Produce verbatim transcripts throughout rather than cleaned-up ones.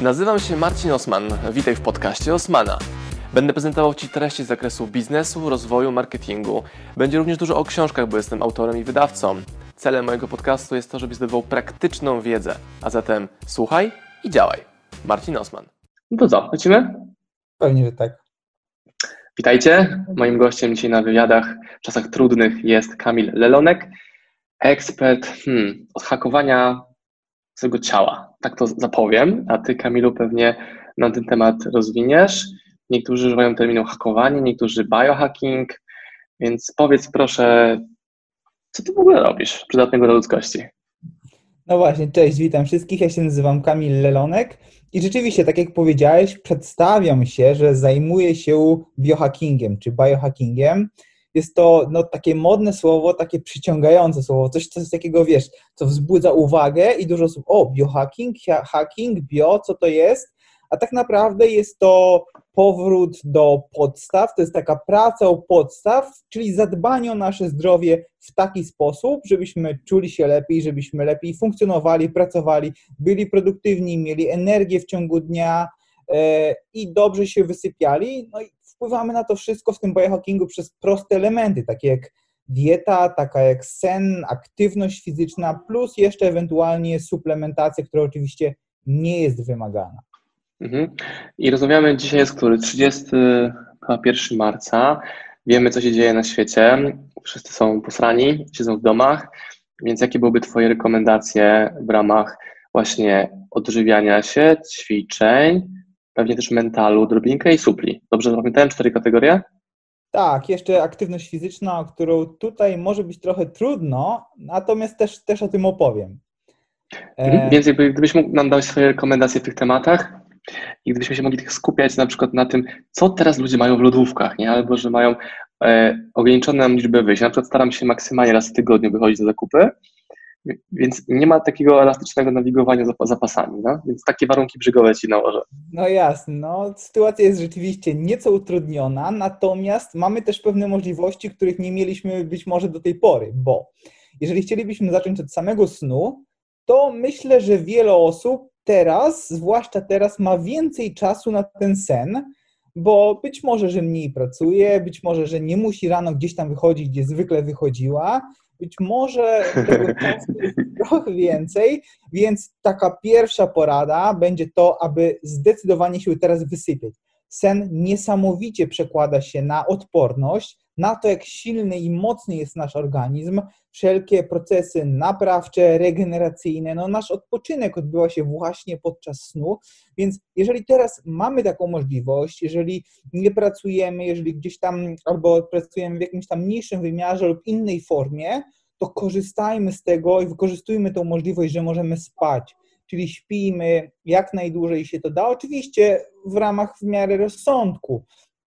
Nazywam się Marcin Osman. Witaj w podcaście Osmana. Będę prezentował Ci treści z zakresu biznesu, rozwoju, marketingu. Będzie również dużo o książkach, bo jestem autorem i wydawcą. Celem mojego podcastu jest to, żebyś zdobywał praktyczną wiedzę. A zatem słuchaj i działaj. Marcin Osman. No to co, lecimy? Pewnie, że tak. Witajcie. Moim gościem dzisiaj na wywiadach w czasach trudnych jest Kamil Lelonek, ekspert hmm, od hakowania swojego ciała. Tak to zapowiem, a Ty, Kamilu, pewnie na ten temat rozwiniesz. Niektórzy używają terminu hakowanie, niektórzy biohacking, więc powiedz proszę, co Ty w ogóle robisz przydatnego dla ludzkości? No właśnie, cześć, witam wszystkich, ja się nazywam Kamil Lelonek i rzeczywiście, tak jak powiedziałeś, przedstawiam się, że zajmuję się biohackingiem, czy biohackingiem. Jest to no, takie modne słowo, takie przyciągające słowo, coś, coś takiego, wiesz, co wzbudza uwagę i dużo osób, o, biohacking, hacking, bio, co to jest? A tak naprawdę jest to powrót do podstaw, to jest taka praca u podstaw, czyli zadbanie o nasze zdrowie w taki sposób, żebyśmy czuli się lepiej, żebyśmy lepiej funkcjonowali, pracowali, byli produktywni, mieli energię w ciągu dnia e, i dobrze się wysypiali. No i wpływamy na to wszystko w tym biohackingu przez proste elementy, takie jak dieta, taka jak sen, aktywność fizyczna, plus jeszcze ewentualnie suplementacja, która oczywiście nie jest wymagana. Mhm. I rozmawiamy, dzisiaj jest który? trzydziestego pierwszego marca. Wiemy, co się dzieje na świecie. Wszyscy są posrani, siedzą w domach, więc jakie byłyby Twoje rekomendacje w ramach właśnie odżywiania się, ćwiczeń, pewnie też mentalu, odrobinkę i supli? Dobrze zapamiętałem cztery kategorie? Tak, jeszcze aktywność fizyczna, o którą tutaj może być trochę trudno, natomiast też, też o tym opowiem. Mhm. Więc jakby, gdybyś mógł nam dać swoje rekomendacje w tych tematach, i gdybyśmy się mogli tak skupiać na przykład na tym, co teraz ludzie mają w lodówkach, nie? Albo że mają e, ograniczoną liczbę wyjść. Na przykład staram się maksymalnie raz w tygodniu wychodzić na zakupy, więc nie ma takiego elastycznego nawigowania zapasami, no? Więc takie warunki brzegowe Ci nałożę. No jasne, no, sytuacja jest rzeczywiście nieco utrudniona, natomiast mamy też pewne możliwości, których nie mieliśmy być może do tej pory, bo jeżeli chcielibyśmy zacząć od samego snu, to myślę, że wiele osób teraz, zwłaszcza teraz, ma więcej czasu na ten sen, bo być może, że mniej pracuje, być może, że nie musi rano gdzieś tam wychodzić, gdzie zwykle wychodziła, być może tego czasu jest trochę więcej, więc taka pierwsza porada będzie to, aby zdecydowanie się teraz wysypiać. Sen niesamowicie przekłada się na odporność, na to, jak silny i mocny jest nasz organizm, wszelkie procesy naprawcze, regeneracyjne, no nasz odpoczynek odbywa się właśnie podczas snu, więc jeżeli teraz mamy taką możliwość, jeżeli nie pracujemy, jeżeli gdzieś tam albo pracujemy w jakimś tam mniejszym wymiarze lub innej formie, to korzystajmy z tego i wykorzystujmy tą możliwość, że możemy spać, czyli śpijmy jak najdłużej się to da, oczywiście w ramach w miarę rozsądku.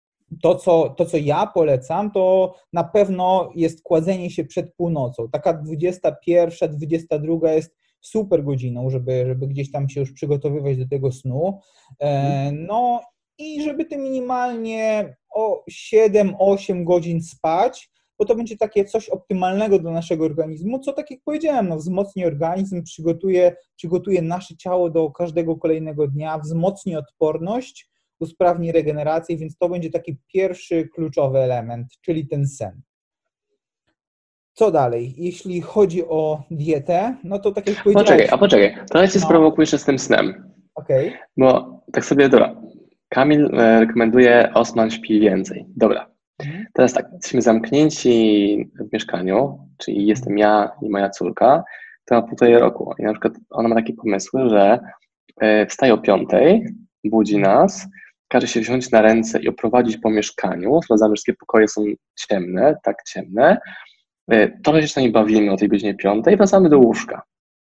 To co, to, co ja polecam, to na pewno jest kładzenie się przed północą. Taka dwudziesta pierwsza, dwudziesta druga jest super godziną, żeby, żeby gdzieś tam się już przygotowywać do tego snu. No i żeby ty minimalnie o siedem osiem godzin spać, bo to będzie takie coś optymalnego dla naszego organizmu, co tak jak powiedziałem, no, wzmocni organizm, przygotuje, przygotuje nasze ciało do każdego kolejnego dnia, wzmocni odporność, usprawni regenerację, więc to będzie taki pierwszy kluczowy element, czyli ten sen. Co dalej? Jeśli chodzi o dietę, no to tak jak powiedziałeś... Poczekaj, a poczekaj, to ja Cię no. sprowokuję jeszcze z tym snem. Okej. Okay. Bo tak sobie, dobra, Kamil rekomenduje Osman śpi więcej. Dobra, mhm. Teraz tak, jesteśmy zamknięci w mieszkaniu, czyli jestem ja i moja córka, to ma półtorej roku i na przykład ona ma takie pomysły, że wstaje o piątej, budzi nas, każe się wziąć na ręce i oprowadzić po mieszkaniu. Sprawdzamy, że wszystkie pokoje są ciemne, tak ciemne. Trochę się z nami bawimy o tej godzinie piątej, wracamy do łóżka.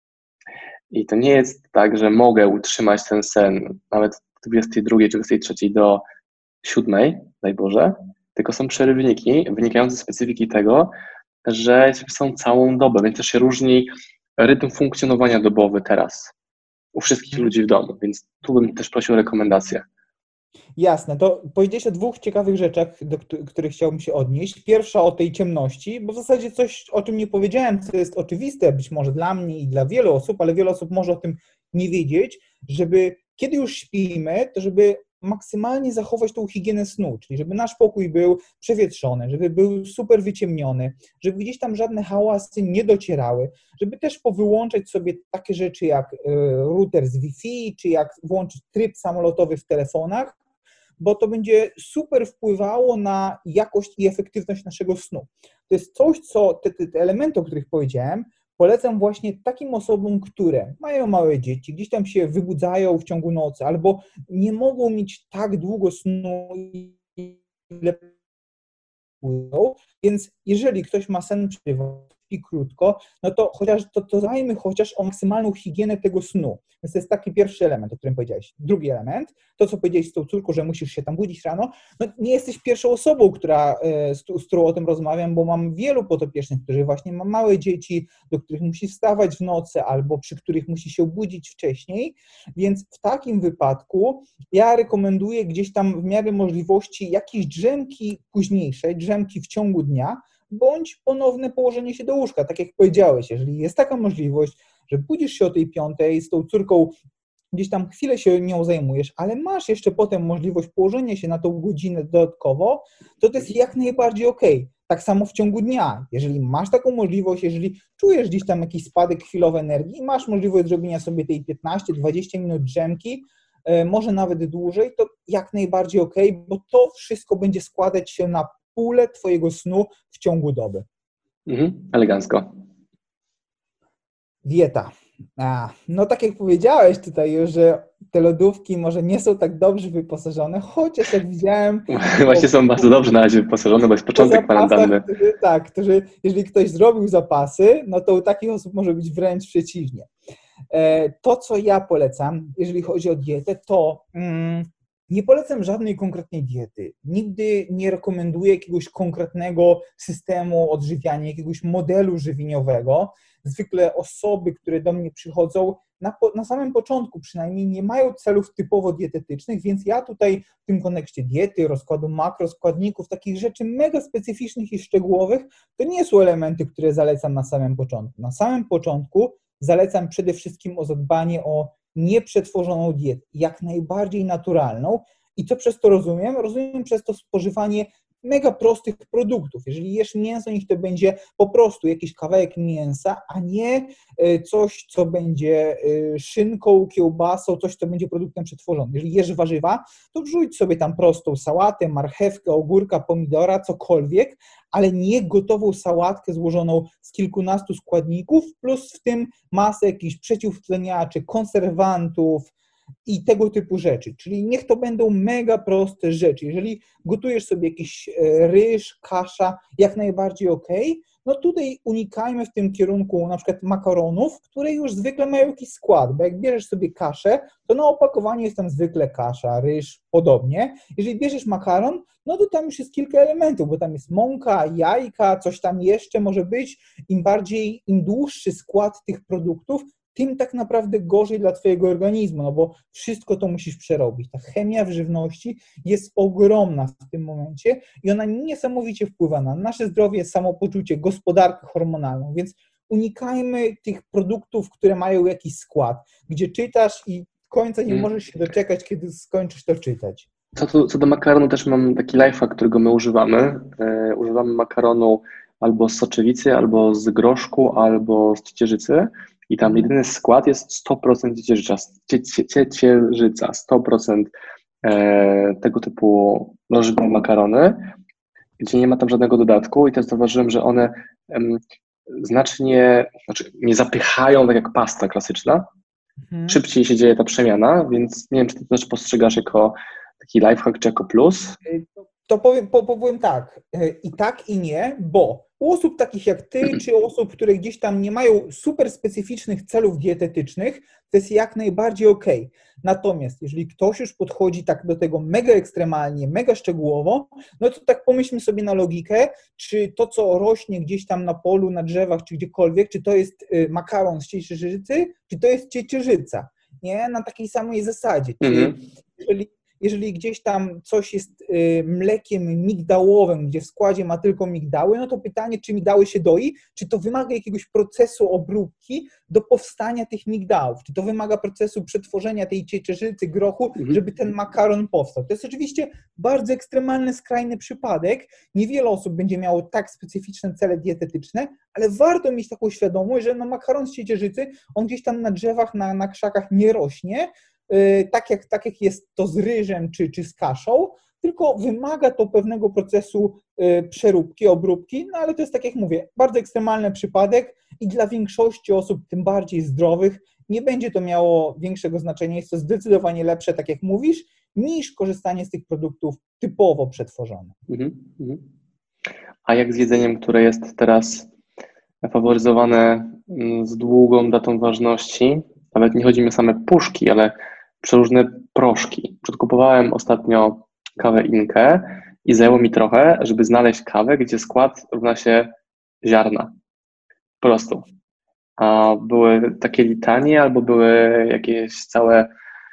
I to nie jest tak, że mogę utrzymać ten sen nawet od dwudziestej drugiej, dwudziestej trzeciej do siódmej, daj Boże, tylko są przerywniki wynikające z specyfiki tego, że są całą dobę, więc też się różni rytm funkcjonowania dobowy teraz u wszystkich ludzi w domu, więc tu bym też prosił o rekomendacje. Jasne, to powiedziałeś o dwóch ciekawych rzeczach, do których chciałbym się odnieść. Pierwsza o tej ciemności, bo w zasadzie coś, o czym nie powiedziałem, co jest oczywiste być może dla mnie i dla wielu osób, ale wiele osób może o tym nie wiedzieć, żeby kiedy już śpimy, to żeby maksymalnie zachować tą higienę snu, czyli żeby nasz pokój był przewietrzony, żeby był super wyciemniony, żeby gdzieś tam żadne hałasy nie docierały, żeby też powyłączać sobie takie rzeczy jak router z Wi-Fi, czy jak włączyć tryb samolotowy w telefonach, bo to będzie super wpływało na jakość i efektywność naszego snu. To jest coś, co te, te elementy, o których powiedziałem, polecam właśnie takim osobom, które mają małe dzieci, gdzieś tam się wybudzają w ciągu nocy, albo nie mogą mieć tak długo snu, ile płyną, więc jeżeli ktoś ma sen przerywany i krótko, no to chociaż to, to dbajmy chociaż o maksymalną higienę tego snu. Więc to jest taki pierwszy element, o którym powiedziałeś. Drugi element, to co powiedziałeś z tą córką, że musisz się tam budzić rano, no nie jesteś pierwszą osobą, która, z, z którą o tym rozmawiam, bo mam wielu podopiecznych, którzy właśnie ma małe dzieci, do których musi wstawać w nocy albo przy których musi się budzić wcześniej, więc w takim wypadku ja rekomenduję gdzieś tam w miarę możliwości jakieś drzemki późniejsze, drzemki w ciągu dnia, bądź ponowne położenie się do łóżka. Tak jak powiedziałeś, jeżeli jest taka możliwość, że budzisz się o tej piątej, z tą córką gdzieś tam chwilę się nią zajmujesz, ale masz jeszcze potem możliwość położenia się na tą godzinę dodatkowo, to to jest jak najbardziej okej. Tak samo w ciągu dnia. Jeżeli masz taką możliwość, jeżeli czujesz gdzieś tam jakiś spadek chwilowy energii, masz możliwość zrobienia sobie tej piętnaście dwadzieścia minut drzemki, może nawet dłużej, to jak najbardziej okej, bo to wszystko będzie składać się na pulę twojego snu w ciągu doby. Mhm, elegancko. Dieta. A, no tak jak powiedziałeś tutaj już, że te lodówki może nie są tak dobrze wyposażone, chociaż jak widziałem... Właśnie są bardzo dobrze na razie wyposażone, bo jest początek kwarantanny. Tak, którzy, jeżeli ktoś zrobił zapasy, no to u takich osób może być wręcz przeciwnie. To, co ja polecam, jeżeli chodzi o dietę, to... Mm, nie polecam żadnej konkretnej diety. Nigdy nie rekomenduję jakiegoś konkretnego systemu odżywiania, jakiegoś modelu żywieniowego. Zwykle osoby, które do mnie przychodzą, na, na samym początku przynajmniej nie mają celów typowo dietetycznych, więc ja tutaj w tym kontekście diety, rozkładu makro, składników, takich rzeczy mega specyficznych i szczegółowych, to nie są elementy, które zalecam na samym początku. Na samym początku zalecam przede wszystkim o zadbanie o nieprzetworzoną dietę, jak najbardziej naturalną. I co przez to rozumiem? Rozumiem przez to spożywanie mega prostych produktów. Jeżeli jesz mięso, niech to będzie po prostu jakiś kawałek mięsa, a nie coś, co będzie szynką, kiełbasą, coś, co będzie produktem przetworzonym. Jeżeli jesz warzywa, to wrzuć sobie tam prostą sałatę, marchewkę, ogórka, pomidora, cokolwiek, ale nie gotową sałatkę złożoną z kilkunastu składników, plus w tym masę jakichś przeciwtleniaczy, konserwantów i tego typu rzeczy. Czyli niech to będą mega proste rzeczy. Jeżeli gotujesz sobie jakiś ryż, kasza, jak najbardziej okej, no tutaj unikajmy w tym kierunku na przykład makaronów, które już zwykle mają jakiś skład, bo jak bierzesz sobie kaszę, to na opakowaniu jest tam zwykle kasza, ryż, podobnie. Jeżeli bierzesz makaron, no to tam już jest kilka elementów, bo tam jest mąka, jajka, coś tam jeszcze może być. Im bardziej, im dłuższy skład tych produktów, tym tak naprawdę gorzej dla twojego organizmu, no bo wszystko to musisz przerobić. Ta chemia w żywności jest ogromna w tym momencie i ona niesamowicie wpływa na nasze zdrowie, samopoczucie, gospodarkę hormonalną, więc unikajmy tych produktów, które mają jakiś skład, gdzie czytasz i końca nie możesz się doczekać, kiedy skończysz to czytać. Co do, co do makaronu też mam taki lifehack, którego my używamy. E, używamy makaronu albo z soczewicy, albo z groszku, albo z ciecierzycy. I tam jedyny skład jest sto procent ciecierzyca, ciecierzyca sto procent e, tego typu lożne makarony, gdzie nie ma tam żadnego dodatku i też zauważyłem, że one em, znacznie, znaczy nie zapychają tak jak pasta klasyczna. Mhm. Szybciej się dzieje ta przemiana, więc nie wiem, czy ty też postrzegasz jako taki lifehack, czy jako plus? To powiem, powiem tak, i tak i nie, bo u osób takich jak ty, czy u osób, które gdzieś tam nie mają super specyficznych celów dietetycznych, to jest jak najbardziej okej. Natomiast jeżeli ktoś już podchodzi tak do tego mega ekstremalnie, mega szczegółowo, no to tak pomyślmy sobie na logikę, czy to, co rośnie gdzieś tam na polu, na drzewach, czy gdziekolwiek, czy to jest makaron z ciecierzycy, czy to jest ciecierzyca, nie? Na takiej samej zasadzie. Czyli jeżeli jeżeli gdzieś tam coś jest y, mlekiem migdałowym, gdzie w składzie ma tylko migdały, no to pytanie, czy migdały się doi, czy to wymaga jakiegoś procesu obróbki do powstania tych migdałów, czy to wymaga procesu przetworzenia tej ciecierzycy, grochu, Mhm. żeby ten makaron powstał. To jest oczywiście bardzo ekstremalny, skrajny przypadek. Niewiele osób będzie miało tak specyficzne cele dietetyczne, ale warto mieć taką świadomość, że no makaron z ciecierzycy, on gdzieś tam na drzewach, na, na krzakach nie rośnie, yy, tak, jak, tak jak jest to z ryżem czy, czy z kaszą, tylko wymaga to pewnego procesu yy, przeróbki, obróbki, no ale to jest, tak jak mówię, bardzo ekstremalny przypadek i dla większości osób, tym bardziej zdrowych, nie będzie to miało większego znaczenia. Jest to zdecydowanie lepsze, tak jak mówisz, niż korzystanie z tych produktów typowo przetworzonych. Mhm. Mhm. A jak z jedzeniem, które jest teraz faworyzowane z długą datą ważności, nawet nie chodzi mi o same puszki, ale przeróżne proszki. Przedkupowałem ostatnio kawę Inkę i zajęło mi trochę, żeby znaleźć kawę, gdzie skład równa się ziarna. Po prostu. A były takie litanie albo były jakieś całe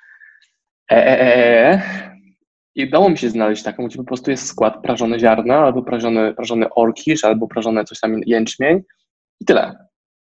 eee i udało mi się znaleźć taką, gdzie po prostu jest skład prażone ziarna, albo prażony, prażony orkisz, albo prażone coś tam jęczmień i tyle.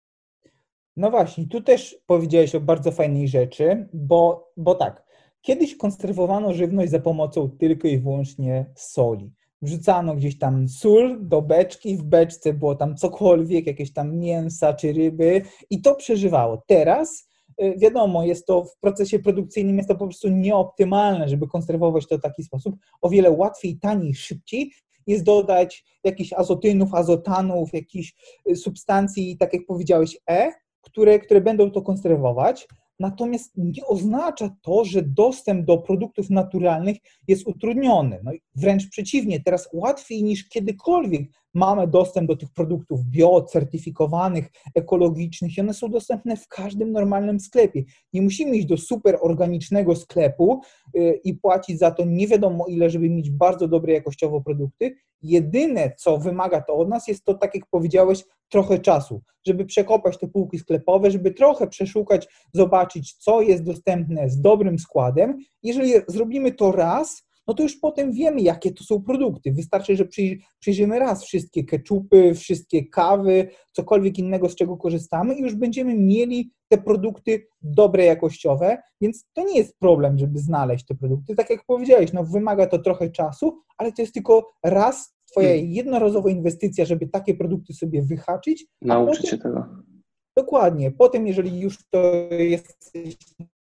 No właśnie, tu też powiedziałeś o bardzo fajnej rzeczy, bo, bo tak, kiedyś konserwowano żywność za pomocą tylko i wyłącznie soli. Wrzucano gdzieś tam sól do beczki, w beczce było tam cokolwiek, jakieś tam mięsa czy ryby i to przeżywało. Teraz wiadomo, jest to w procesie produkcyjnym, jest to po prostu nieoptymalne, żeby konserwować to w taki sposób. O wiele łatwiej, taniej, szybciej jest dodać jakichś azotynów, azotanów, jakichś substancji, tak jak powiedziałeś, E, które, które będą to konserwować. Natomiast nie oznacza to, że dostęp do produktów naturalnych jest utrudniony. No i wręcz przeciwnie, teraz łatwiej niż kiedykolwiek mamy dostęp do tych produktów biocertyfikowanych, ekologicznych i one są dostępne w każdym normalnym sklepie. Nie musimy iść do super organicznego sklepu yy, i płacić za to nie wiadomo ile, żeby mieć bardzo dobre jakościowo produkty. Jedyne, co wymaga to od nas, jest to, tak jak powiedziałeś, trochę czasu, żeby przekopać te półki sklepowe, żeby trochę przeszukać, zobaczyć, co jest dostępne z dobrym składem. Jeżeli zrobimy to raz, no to już potem wiemy, jakie to są produkty. Wystarczy, że przyjrzymy raz wszystkie keczupy, wszystkie kawy, cokolwiek innego, z czego korzystamy i już będziemy mieli te produkty dobre, jakościowe, więc to nie jest problem, żeby znaleźć te produkty. Tak jak powiedziałeś, no wymaga to trochę czasu, ale to jest tylko raz twoja jednorazowa inwestycja, żeby takie produkty sobie wyhaczyć. Nauczyć potem, się tego. Dokładnie. Potem, jeżeli już to jesteś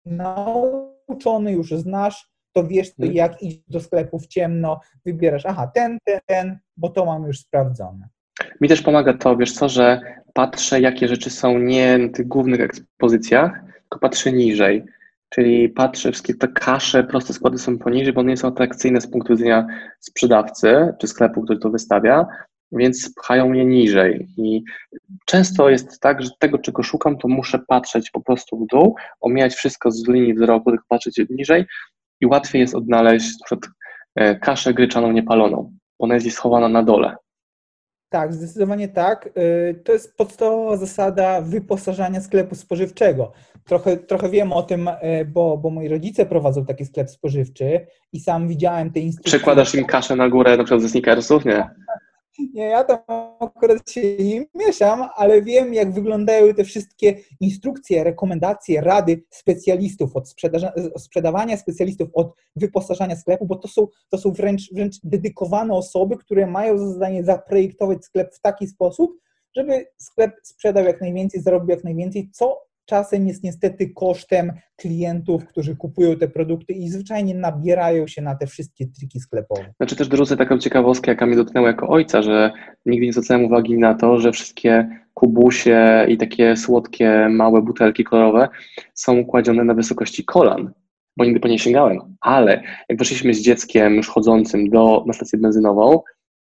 nauczony, już znasz, to wiesz, to jak iść do sklepu w ciemno, wybierasz, aha, ten, ten, ten, bo to mam już sprawdzone. Mi też pomaga to, wiesz co, że patrzę, jakie rzeczy są nie na tych głównych ekspozycjach, tylko patrzę niżej. Czyli patrzę, wszystkie te kasze, proste składy są poniżej, bo one nie są atrakcyjne z punktu widzenia sprzedawcy czy sklepu, który to wystawia, więc pchają mnie niżej. I często jest tak, że tego, czego szukam, to muszę patrzeć po prostu w dół, omijać wszystko z linii wzroku, tylko patrzeć niżej i łatwiej jest odnaleźć na przykład kaszę gryczaną niepaloną. Ona jest schowana na dole. Tak, zdecydowanie tak. To jest podstawowa zasada wyposażania sklepu spożywczego. Trochę, trochę wiem o tym, bo, bo moi rodzice prowadzą taki sklep spożywczy i sam widziałem te instrukcje. Przekładasz im kaszę na górę na przykład ze Snickersów? Nie. Nie, ja tam akurat się nie mieszam, ale wiem, jak wyglądają te wszystkie instrukcje, rekomendacje, rady specjalistów od sprzedawania, specjalistów od wyposażania sklepu, bo to są, to są wręcz, wręcz dedykowane osoby, które mają za zadanie zaprojektować sklep w taki sposób, żeby sklep sprzedał jak najwięcej, zarobił jak najwięcej, co czasem jest niestety kosztem klientów, którzy kupują te produkty i zwyczajnie nabierają się na te wszystkie triki sklepowe. Znaczy też dorzucę taką ciekawostkę, jaka mnie dotknęła jako ojca, że nigdy nie zwracałem uwagi na to, że wszystkie kubusie i takie słodkie, małe butelki kolorowe są kładzione na wysokości kolan, bo nigdy po nie sięgałem. Ale jak weszliśmy z dzieckiem już chodzącym do, na stację benzynową,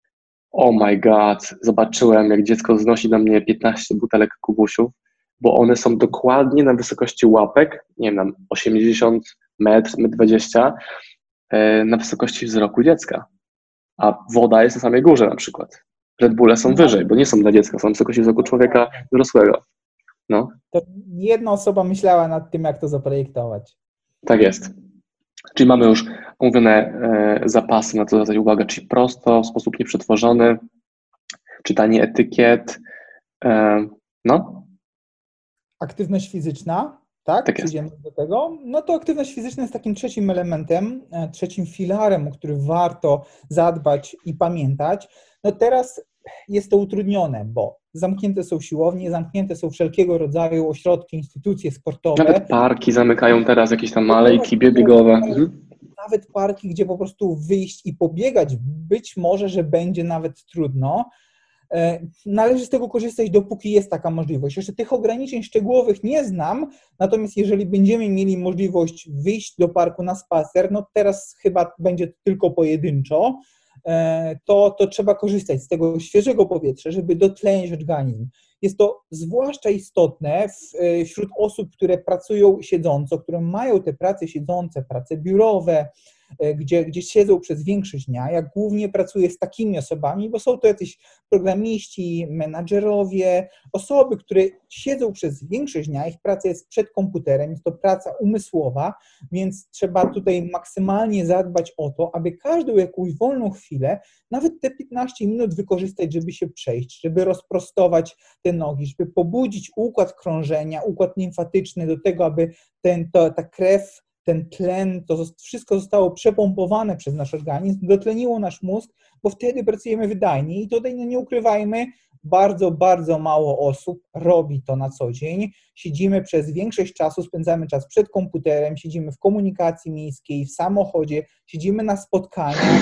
oh my god, zobaczyłem, jak dziecko znosi na mnie piętnaście butelek kubusiów, bo one są dokładnie na wysokości łapek, nie wiem, na osiemdziesiąt metrów, metr dwadzieścia, na wysokości wzroku dziecka. A woda jest na samej górze na przykład. Red Bulle są wyżej, bo nie są dla dziecka, są na wysokości wzroku człowieka dorosłego. No. To jedna osoba myślała nad tym, jak to zaprojektować. Tak jest. Czyli mamy już omówione e, zapasy, na co zwracać uwagę, czyli prosto, w sposób nieprzetworzony, czytanie etykiet, e, no, Aktywność fizyczna, tak? tak jest. Przejdziemy do tego. No to aktywność fizyczna jest takim trzecim elementem, e, trzecim filarem, o który warto zadbać i pamiętać. No teraz jest to utrudnione, bo zamknięte są siłownie, zamknięte są wszelkiego rodzaju ośrodki, instytucje sportowe. Nawet parki zamykają teraz, jakieś tam alejki biegowe. Mhm. Nawet parki, gdzie po prostu wyjść i pobiegać, być może, że będzie nawet trudno. Należy z tego korzystać, dopóki jest taka możliwość. Jeszcze tych ograniczeń szczegółowych nie znam, natomiast jeżeli będziemy mieli możliwość wyjść do parku na spacer, no teraz chyba będzie tylko pojedynczo, to, to trzeba korzystać z tego świeżego powietrza, żeby dotlenić organizm. Jest to zwłaszcza istotne wśród osób, które pracują siedząco, które mają te prace siedzące, prace biurowe, gdzie, gdzie siedzą przez większość dnia. Ja głównie pracuję z takimi osobami, bo są to jacyś programiści, menadżerowie, osoby, które siedzą przez większość dnia, ich praca jest przed komputerem, jest to praca umysłowa, więc trzeba tutaj maksymalnie zadbać o to, aby każdą jakąś wolną chwilę, nawet te piętnaście minut wykorzystać, żeby się przejść, żeby rozprostować te nogi, żeby pobudzić układ krążenia, układ limfatyczny do tego, aby ten, to, ta krew, ten tlen, to wszystko zostało przepompowane przez nasz organizm, dotleniło nasz mózg, bo wtedy pracujemy wydajnie i tutaj no nie ukrywajmy, bardzo, bardzo mało osób robi to na co dzień. Siedzimy przez większość czasu, spędzamy czas przed komputerem, siedzimy w komunikacji miejskiej, w samochodzie, siedzimy na spotkaniach.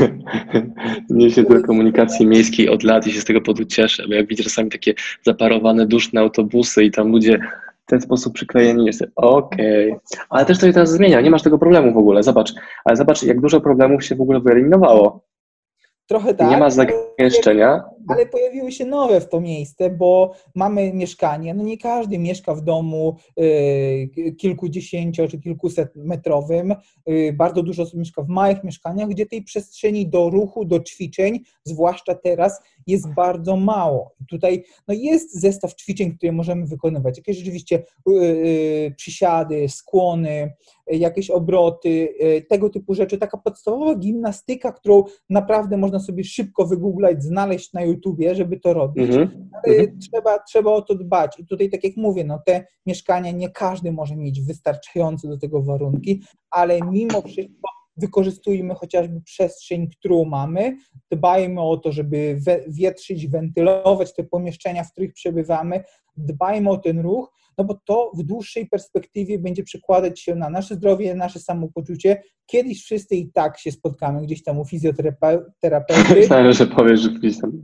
Nie siedzę w komunikacji miejskiej od lat i się z tego powodu cieszę, bo jak widzę czasami takie zaparowane, duszne autobusy i tam ludzie w ten sposób przyklejeni, jest okej. Okay. Ale też to się teraz zmienia, nie masz tego problemu w ogóle, zobacz. Ale zobacz, jak dużo problemów się w ogóle wyeliminowało. Trochę tak. Nie ma zagęszczenia. Ale pojawiły się nowe w to miejsce, bo mamy mieszkanie, no nie każdy mieszka w domu y, kilkudziesięcio czy kilkuset metrowym, y, bardzo dużo osób mieszka w małych mieszkaniach, gdzie tej przestrzeni do ruchu, do ćwiczeń, zwłaszcza teraz, jest bardzo mało. Tutaj no jest zestaw ćwiczeń, które możemy wykonywać, jakieś rzeczywiście y, y, przysiady, skłony, y, jakieś obroty, y, tego typu rzeczy, taka podstawowa gimnastyka, którą naprawdę można sobie szybko wygooglać, znaleźć na YouTubie, żeby to robić, Mm-hmm. ale mm-hmm. trzeba, trzeba o to dbać. I tutaj, tak jak mówię, no te mieszkania nie każdy może mieć wystarczające do tego warunki, ale mimo wszystko wykorzystujmy chociażby przestrzeń, którą mamy, dbajmy o to, żeby we, wietrzyć, wentylować te pomieszczenia, w których przebywamy, dbajmy o ten ruch, no bo to w dłuższej perspektywie będzie przekładać się na nasze zdrowie, nasze samopoczucie. Kiedyś wszyscy i tak się spotkamy gdzieś tam u fizjoterapeuty. Myślałem, że powiesz, że gdzieś tam.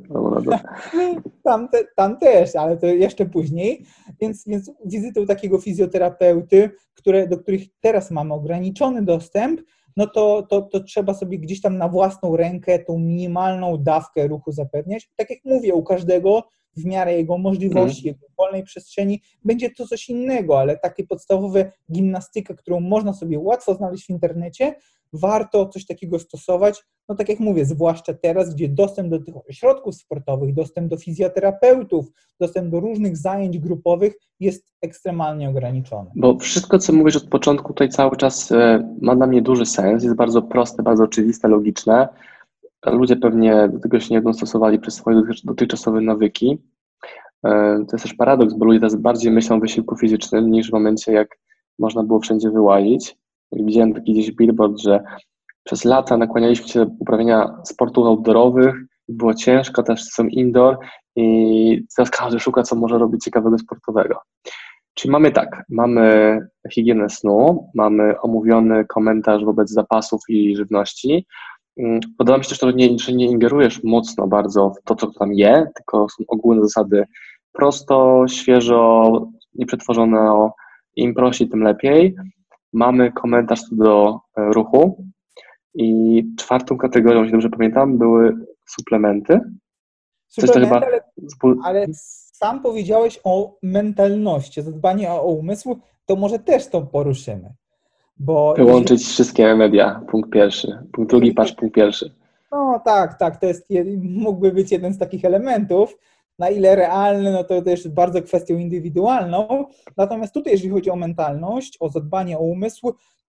tam, te, tam też, ale to jeszcze później. Więc, więc wizytą takiego fizjoterapeuty, które, do których teraz mamy ograniczony dostęp, no to, to, to trzeba sobie gdzieś tam na własną rękę tą minimalną dawkę ruchu zapewniać. Tak jak mówię, u każdego w miarę jego możliwości, mm. jego wolnej przestrzeni będzie to coś innego, ale takie podstawowe gimnastyka, którą można sobie łatwo znaleźć w internecie, warto coś takiego stosować, no tak jak mówię, zwłaszcza teraz, gdzie dostęp do tych ośrodków sportowych, dostęp do fizjoterapeutów, dostęp do różnych zajęć grupowych jest ekstremalnie ograniczony. Bo wszystko, co mówisz od początku, tutaj cały czas ma dla mnie duży sens, jest bardzo proste, bardzo oczywiste, logiczne. Ludzie pewnie do tego się nie będą stosowali przez swoje dotychczasowe nawyki. To jest też paradoks, bo ludzie teraz bardziej myślą o wysiłku fizycznym niż w momencie, jak można było wszędzie wyłazić. Widziałem taki gdzieś billboard, że przez lata nakłanialiśmy się do uprawiania sportów outdoorowych, było ciężko, też są indoor i teraz każdy szuka, co może robić ciekawego sportowego. Czyli mamy tak, mamy higienę snu, mamy omówiony komentarz wobec zapasów i żywności. Podoba mi się też to, że nie, że nie ingerujesz mocno bardzo w to, co tam je, tylko są ogólne zasady prosto, świeżo, nieprzetworzone, im prościej, tym lepiej. Mamy komentarz co do ruchu i czwartą kategorią, jeśli dobrze pamiętam, były suplementy. Suplementy, chyba... ale, ale sam powiedziałeś o mentalności, zadbanie o umysł, to może też to poruszymy. Bo Wyłączyć jeżeli... wszystkie media, punkt pierwszy. Punkt drugi, patrz, punkt pierwszy. No tak, tak, to jest, mógłby być jeden z takich elementów. Na ile realny, no to też jest bardzo kwestią indywidualną. Natomiast tutaj, jeżeli chodzi o mentalność, o zadbanie o umysł,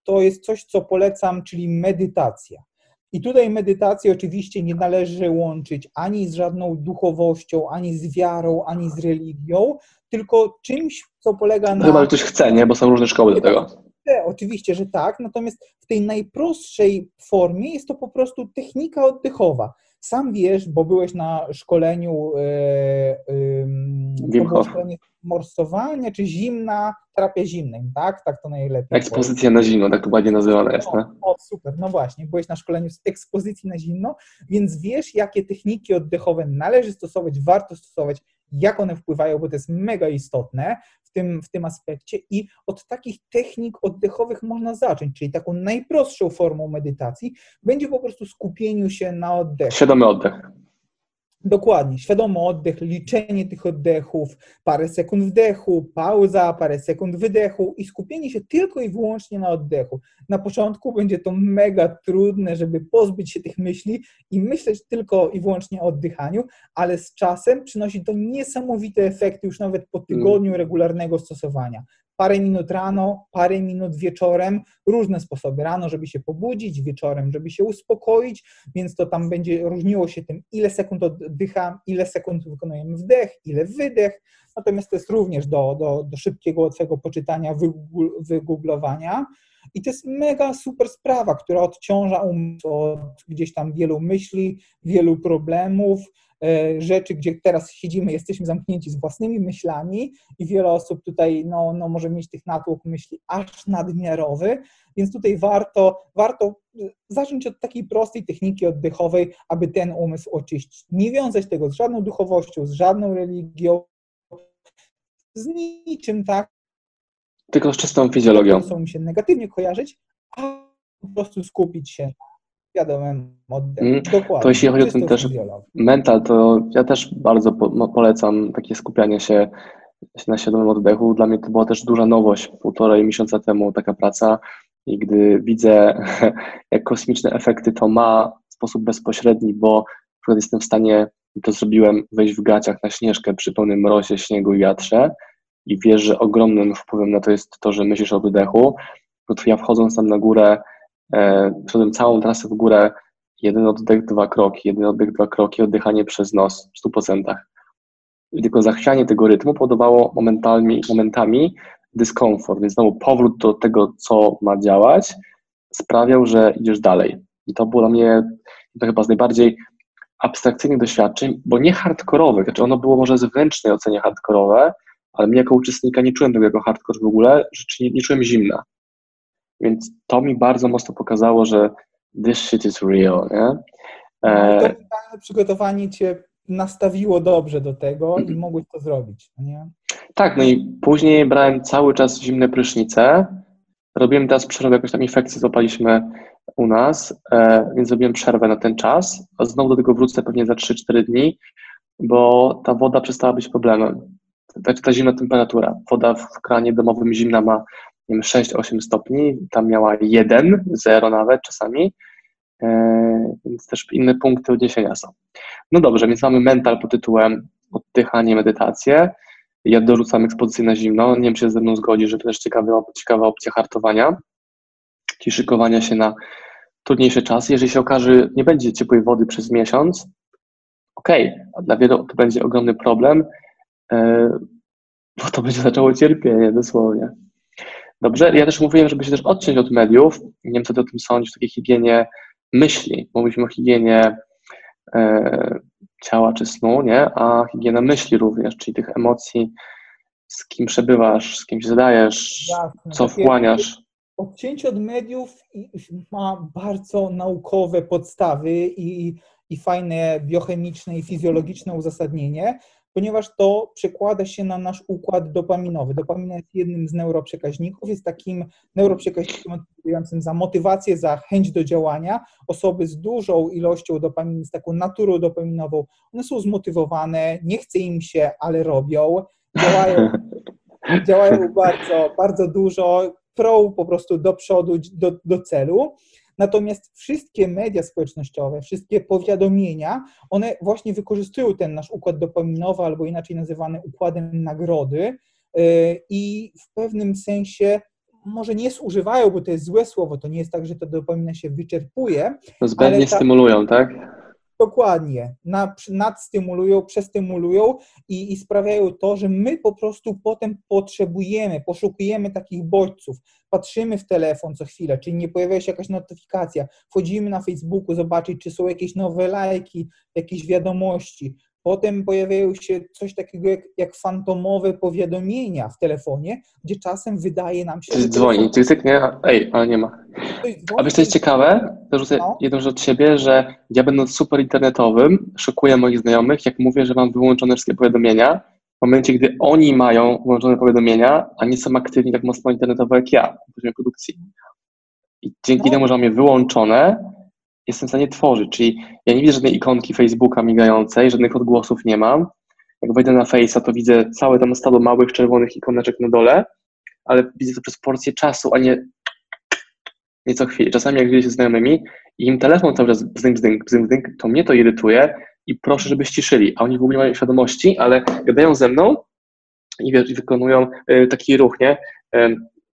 to jest coś, co polecam, czyli medytacja. I tutaj medytację oczywiście nie należy łączyć ani z żadną duchowością, ani z wiarą, ani z religią, tylko czymś, co polega na... Chyba, że ktoś chce, nie? Bo są różne szkoły do tego. Oczywiście, że tak, natomiast w tej najprostszej formie jest to po prostu technika oddechowa. Sam wiesz, bo byłeś na szkoleniu, yy, yy, szkolenie morsowania, czy zimna, terapia zimna, tak? Tak to najlepiej. Ekspozycja na zimno, tak to ładnie nazywane jest. O, o, super, no właśnie, byłeś na szkoleniu z ekspozycji na zimno, więc wiesz, jakie techniki oddechowe należy stosować, warto stosować, jak one wpływają, bo to jest mega istotne w tym, w tym aspekcie i od takich technik oddechowych można zacząć, czyli taką najprostszą formą medytacji będzie po prostu skupieniu się na oddechu. Świadomy oddech. Dokładnie, świadomy oddech, liczenie tych oddechów, parę sekund wdechu, pauza, parę sekund wydechu i skupienie się tylko i wyłącznie na oddechu. Na początku będzie to mega trudne, żeby pozbyć się tych myśli i myśleć tylko i wyłącznie o oddychaniu, ale z czasem przynosi to niesamowite efekty już nawet po tygodniu regularnego stosowania. Parę minut rano, parę minut wieczorem, różne sposoby. Rano, żeby się pobudzić, wieczorem, żeby się uspokoić, więc to tam będzie różniło się tym, ile sekund oddycham, ile sekund wykonujemy wdech, ile wydech. Natomiast to jest również do, do, do szybkiego, łatwego poczytania, wygooglowania. I to jest mega super sprawa, która odciąża umysł od gdzieś tam wielu myśli, wielu problemów, rzeczy, gdzie teraz siedzimy, jesteśmy zamknięci z własnymi myślami i wiele osób tutaj no, no, może mieć tych natłok myśli aż nadmiarowy, więc tutaj warto, warto zacząć od takiej prostej techniki oddechowej, aby ten umysł oczyścić. Nie wiązać tego z żadną duchowością, z żadną religią, z niczym, tak? Tylko z czystą fizjologią. Chcą mi się negatywnie kojarzyć, a po prostu skupić się na świadomym oddechu. Mm, Dokładnie. to jeśli chodzi o ten też mental, to ja też bardzo po, polecam takie skupianie się na świadomym oddechu. Dla mnie to była też duża nowość, półtorej miesiąca temu taka praca i gdy widzę, jak kosmiczne efekty to ma w sposób bezpośredni, bo na przykład jestem w stanie, i to zrobiłem, wejść w gaciach na Śnieżkę przy pełnym mrozie, śniegu i wiatrze i wiesz, że ogromnym wpływem na to jest to, że myślisz o oddechu, to ja wchodząc tam na górę, e, przeszedłem całą trasę w górę, jeden oddech, dwa kroki, jeden oddech, dwa kroki, oddychanie przez nos w stu procentach. I tylko zachwianie tego rytmu powodowało momentami, momentami dyskomfort, więc znowu powrót do tego, co ma działać, sprawiał, że idziesz dalej. I to było dla mnie to chyba z najbardziej abstrakcyjnych doświadczeń, bo nie hardkorowych, znaczy ono było może w zewnętrznej ocenie hardkorowe, ale mnie jako uczestnika nie czułem tego jako hardcore w ogóle, że nie, nie czułem zimna. Więc to mi bardzo mocno pokazało, że this shit is real, nie? E... No, to przygotowanie cię nastawiło dobrze do tego i mogłeś to zrobić, nie? Tak, no i później brałem cały czas zimne prysznice. Robiłem teraz przerwę, jakąś tam infekcję złapaliśmy u nas, e, więc zrobiłem przerwę na ten czas, a znowu do tego wrócę pewnie za trzy cztery dni, bo ta woda przestała być problemem. Ta, ta zimna temperatura. Woda w kranie domowym zimna ma, nie wiem, sześć osiem stopni, tam miała jeden, zero nawet czasami, e, więc też inne punkty odniesienia są. No dobrze, więc mamy mental pod tytułem oddychanie, medytację. Ja dorzucam ekspozycję na zimno. Nie wiem, czy się ze mną zgodzi, że to też ciekawa, ciekawa opcja hartowania, czyli szykowania się na trudniejsze czasy. Jeżeli się okaże, nie będzie ciepłej wody przez miesiąc, okej, okay, a dla wielu to będzie ogromny problem, bo to będzie zaczęło cierpienie, dosłownie. Dobrze, ja też mówiłem, żeby się też odciąć od mediów. Nie wiem, co ty o tym sądzisz, w takiej higienie myśli. Mówiliśmy o higienie e, ciała czy snu, nie? A higiena myśli również, czyli tych emocji, z kim przebywasz, z kim się zadajesz, Jasne, co wchłaniasz. Odcięcie od mediów ma bardzo naukowe podstawy i, i fajne biochemiczne i fizjologiczne uzasadnienie, ponieważ to przekłada się na nasz układ dopaminowy. Dopamina jest jednym z neuroprzekaźników, jest takim neuroprzekaźnikiem odpowiadającym za motywację, za chęć do działania. Osoby z dużą ilością dopaminy, z taką naturą dopaminową, one są zmotywowane, nie chce im się, ale robią, działają, działają bardzo, bardzo dużo, prą po prostu do przodu, do, do celu. Natomiast wszystkie media społecznościowe, wszystkie powiadomienia, one właśnie wykorzystują ten nasz układ dopaminowy, albo inaczej nazywany układem nagrody i w pewnym sensie może nie zużywają, bo to jest złe słowo, to nie jest tak, że ta dopamina się wyczerpuje. To zbędnie ta, stymulują, tak? Dokładnie. Nadstymulują, przestymulują i, i sprawiają to, że my po prostu potem potrzebujemy, poszukujemy takich bodźców. Patrzymy w telefon co chwilę, czyli nie pojawia się jakaś notyfikacja, wchodzimy na Facebooku zobaczyć, czy są jakieś nowe lajki, jakieś wiadomości. Potem pojawiają się coś takiego jak, jak fantomowe powiadomienia w telefonie, gdzie czasem wydaje nam się... Ktoś dzwoni, cyk, nie? Ej, ale nie ma. A wiesz, co jest ciekawe? Dorzucę no. jedną rzecz od siebie, że ja będąc super internetowym, szokuję moich znajomych, jak mówię, że mam wyłączone wszystkie powiadomienia, w momencie, gdy oni mają włączone powiadomienia, a nie są aktywni tak mocno internetowo jak ja w poziomie produkcji. I dzięki no. temu, że mam je wyłączone, jestem w stanie tworzyć, czyli ja nie widzę żadnej ikonki Facebooka migającej, żadnych odgłosów nie mam. Jak wejdę na Face'a, to widzę całe tam stado małych czerwonych ikoneczek na dole, ale widzę to przez porcję czasu, a nie, nie co chwilę. Czasami jak widzę się z znajomymi i im telefon cały czas bzdynk, bzdynk, bzdynk, bzdynk, to mnie to irytuje i proszę, żeby ściszyli, a oni w ogóle nie mają świadomości, ale gadają ze mną i, wiesz, i wykonują y, taki ruch, nie? Y, y,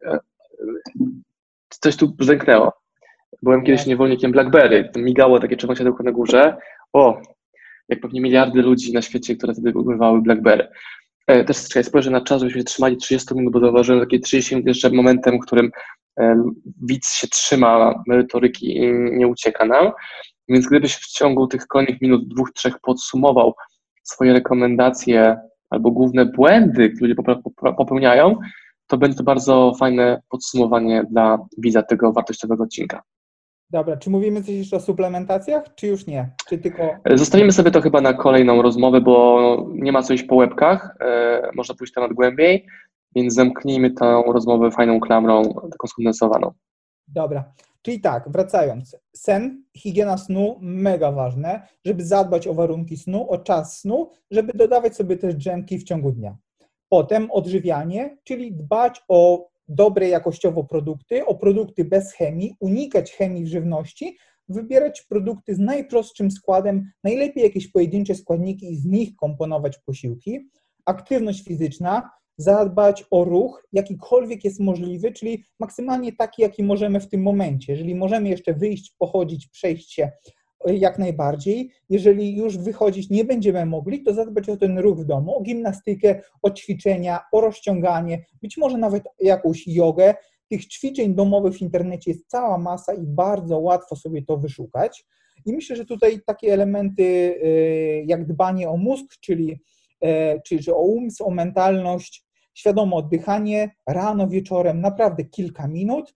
coś tu bzdęknęło. Byłem kiedyś niewolnikiem BlackBerry, migało takie czerwone światełko na górze. O, jak pewnie miliardy ludzi na świecie, które wtedy używały BlackBerry. E, też czekaj, spojrzę na czas, żebyśmy się trzymali trzydzieści minut, bo zauważyłem takie trzydzieści minut jeszcze momentem, w którym e, widz się trzyma merytoryki i nie ucieka nam. Więc gdybyś w ciągu tych kolejnych minut, dwóch, trzech podsumował swoje rekomendacje albo główne błędy, które ludzie popełniają, to będzie to bardzo fajne podsumowanie dla widza tego wartościowego odcinka. Dobra, czy mówimy coś jeszcze o suplementacjach, czy już nie? Czy tylko... Zostawimy sobie to chyba na kolejną rozmowę, bo nie ma co iść po łebkach, e, można pójść temat głębiej, więc zamknijmy tę rozmowę fajną klamrą, taką skondensowaną. Dobra, czyli tak, wracając. Sen, higiena snu, mega ważne, żeby zadbać o warunki snu, o czas snu, żeby dodawać sobie też drzemki w ciągu dnia. Potem odżywianie, czyli dbać o dobre jakościowo produkty, o produkty bez chemii, unikać chemii w żywności, wybierać produkty z najprostszym składem, najlepiej jakieś pojedyncze składniki i z nich komponować posiłki. Aktywność fizyczna, zadbać o ruch, jakikolwiek jest możliwy, czyli maksymalnie taki, jaki możemy w tym momencie. Jeżeli możemy jeszcze wyjść, pochodzić, przejść się, jak najbardziej. Jeżeli już wychodzić nie będziemy mogli, to zadbać o ten ruch w domu, o gimnastykę, o ćwiczenia, o rozciąganie, być może nawet jakąś jogę. Tych ćwiczeń domowych w internecie jest cała masa i bardzo łatwo sobie to wyszukać. I myślę, że tutaj takie elementy jak dbanie o mózg, czyli, czyli o umysł, o mentalność, świadome oddychanie, rano, wieczorem, naprawdę kilka minut,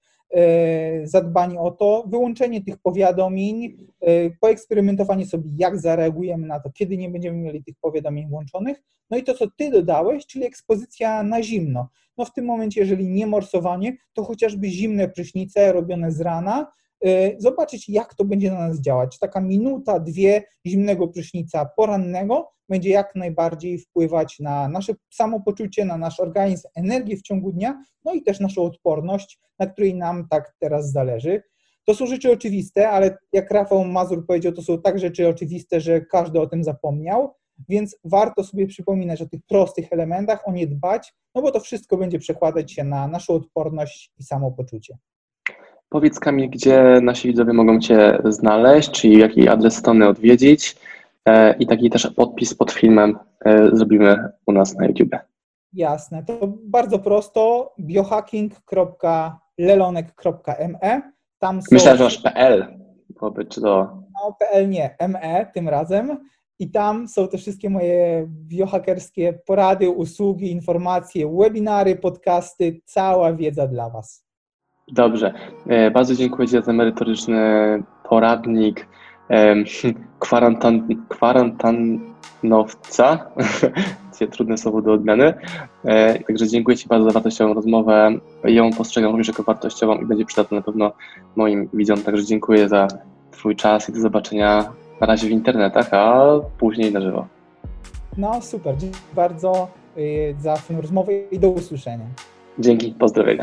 zadbanie o to, wyłączenie tych powiadomień, poeksperymentowanie sobie, jak zareagujemy na to, kiedy nie będziemy mieli tych powiadomień włączonych. No i to, co Ty dodałeś, czyli ekspozycja na zimno. No w tym momencie, jeżeli nie morsowanie, to chociażby zimne prysznice robione z rana, zobaczyć, jak to będzie na nas działać. Taka minuta, dwie zimnego prysznica porannego będzie jak najbardziej wpływać na nasze samopoczucie, na nasz organizm, energię w ciągu dnia, no i też naszą odporność, na której nam tak teraz zależy. To są rzeczy oczywiste, ale jak Rafał Mazur powiedział, to są tak rzeczy oczywiste, że każdy o tym zapomniał, więc warto sobie przypominać o tych prostych elementach, o nie dbać, no bo to wszystko będzie przekładać się na naszą odporność i samopoczucie. Powiedz, Kamil, gdzie nasi widzowie mogą Cię znaleźć, czyli jaki adres strony odwiedzić e, i taki też podpis pod filmem e, zrobimy u nas na YouTube. Jasne, to bardzo prosto, biohacking kropka lelonek kropka me. Tam są... Myślałem, że masz .pl, byłoby czy to... No, .pl nie, me tym razem. I tam są te wszystkie moje biohackerskie porady, usługi, informacje, webinary, podcasty, cała wiedza dla Was. Dobrze. Bardzo dziękuję Ci za ten merytoryczny poradnik kwarantan, kwarantannowca. Trudne słowo do odmiany. Także dziękuję Ci bardzo za wartościową rozmowę. Ją postrzegam również jako wartościową i będzie przydatna na pewno moim widzom. Także dziękuję za Twój czas i do zobaczenia na razie w internetach, a później na żywo. No super, dziękuję bardzo za tę rozmowę i do usłyszenia. Dzięki, pozdrowienia.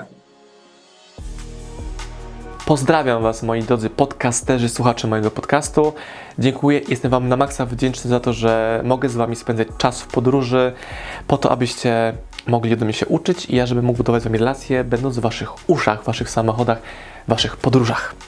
Pozdrawiam Was, moi drodzy podcasterzy, słuchacze mojego podcastu. Dziękuję, jestem Wam na maksa wdzięczny za to, że mogę z Wami spędzać czas w podróży, po to, abyście mogli ode mnie się uczyć i ja, żebym mógł budować z Wami relacje, będąc w Waszych uszach, w Waszych samochodach, w Waszych podróżach.